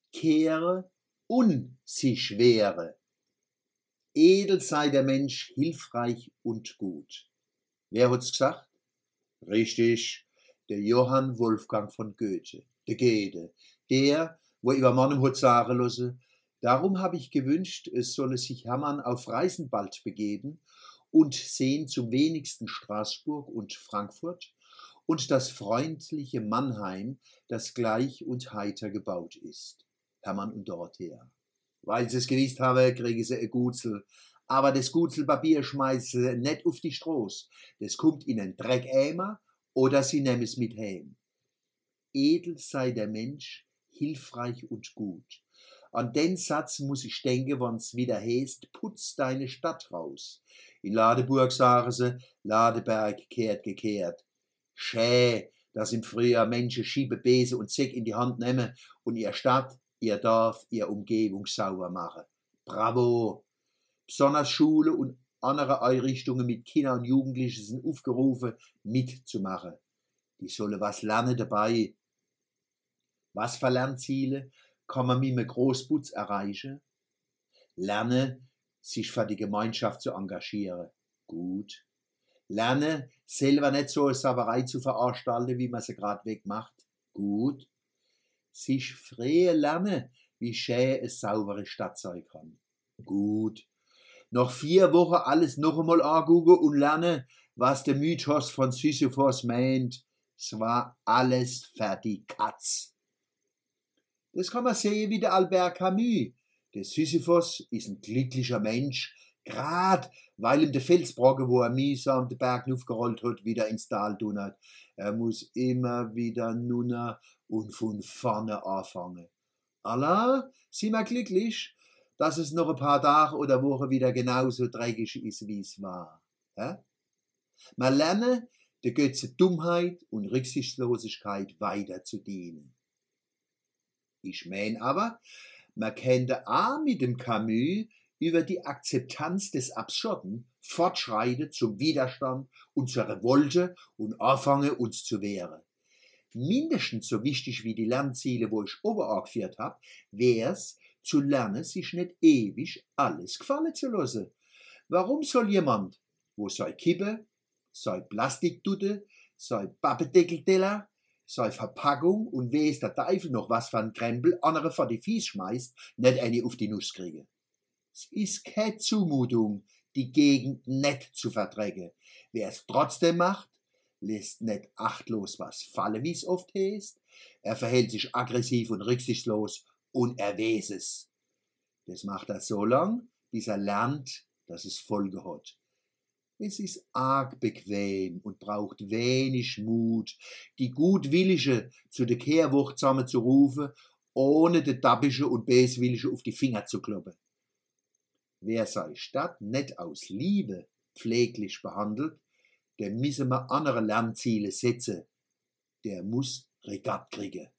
kehre und sich wehre. Edel sei der Mensch, hilfreich und gut. Wer hat's gesagt? Richtig, der Johann Wolfgang von Goethe, der Goethe, der, wo über Mannem hat sagen lassen, darum habe ich gewünscht, es solle sich Hermann auf Reisen bald begeben und sehen zum wenigsten Straßburg und Frankfurt und das freundliche Mannheim, das gleich und heiter gebaut ist. Hermann und Dorothea. Weil sie es gewusst haben, kriegen sie ein Gutzel. Aber das Gutzelpapier schmeißen sie nicht auf die Straße. Das kommt in einen Dreckeimer oder sie nehmen es mit heim. Edel sei der Mensch, hilfreich und gut. An den Satz muss ich denken, wann's wieder heißt, putz deine Stadt raus. In Ladeburg sagen sie, Ladeberg kehrt gekehrt. Schä, dass im Frühjahr Menschen Schiebebesen und Säck in die Hand nehmen und ihr Stadt, ihr Dorf, ihre Umgebung sauber machen. Bravo! Besonders Schule und andere Einrichtungen mit Kindern und Jugendlichen sind aufgerufen, mitzumachen. Die sollen was lernen dabei. Was für Lernziele kann man mit einem Großputz erreichen? Lernen, sich für die Gemeinschaft zu engagieren. Gut. Lernen, selber nicht so eine Sauerei zu veranstalten, wie man sie gerade wegmacht. Gut. Sich früher lernen, wie schön eine saubere Stadt sein kann. Gut. Nach 4 Wochen alles noch einmal angucken und lernen, was der Mythos von Sisyphos meint. Es war alles fertig, Katz. Das kann man sehen wie der Albert Camus. Der Sisyphos ist ein glücklicher Mensch, grad weil ihm der Felsbrocken, wo er mühsam den Berg aufgerollt hat, wieder ins Tal tun hat. Er muss immer wieder nunner und von vorne anfangen. Allah, sind wir glücklich, dass es noch ein paar Tage oder Wochen wieder genauso dreckig ist, wie es war. Ja? Wir lernen, der Götze Dummheit und Rücksichtslosigkeit weiter zu dienen. Ich mein aber, man könnte auch mit dem Camus über die Akzeptanz des Absurden fortschreiten zum Widerstand und zur Revolte und anfangen, uns zu wehren. Mindestens so wichtig wie die Lernziele, wo ich oben angeführt habe, wär's, zu lernen, sich nicht ewig alles gefallen zu lassen. Warum soll jemand, wo sei Kippe, sei Plastikdudde, sei Pappendeckelteller, sei Verpackung und weiß der Teufel noch was für ein Krempel andere vor die Fies schmeißt, nicht eine auf die Nuss kriege? Es ist keine Zumutung, die Gegend nicht zu verträgen. Wer es trotzdem macht, lässt nicht achtlos was fallen, wie es oft heißt. Er verhält sich aggressiv und rücksichtslos und er weiß es. Das macht er so lang, bis er lernt, dass es Folge hat. Es ist arg bequem und braucht wenig Mut, die Gutwillige zu der Kehrwoche zusammenzurufen, ohne der Dabische und Böswillige auf die Finger zu kloppen. Wer seine Stadt nicht aus Liebe pfleglich behandelt, der müsse man andere Lernziele setzen. Der muss Regatt kriegen.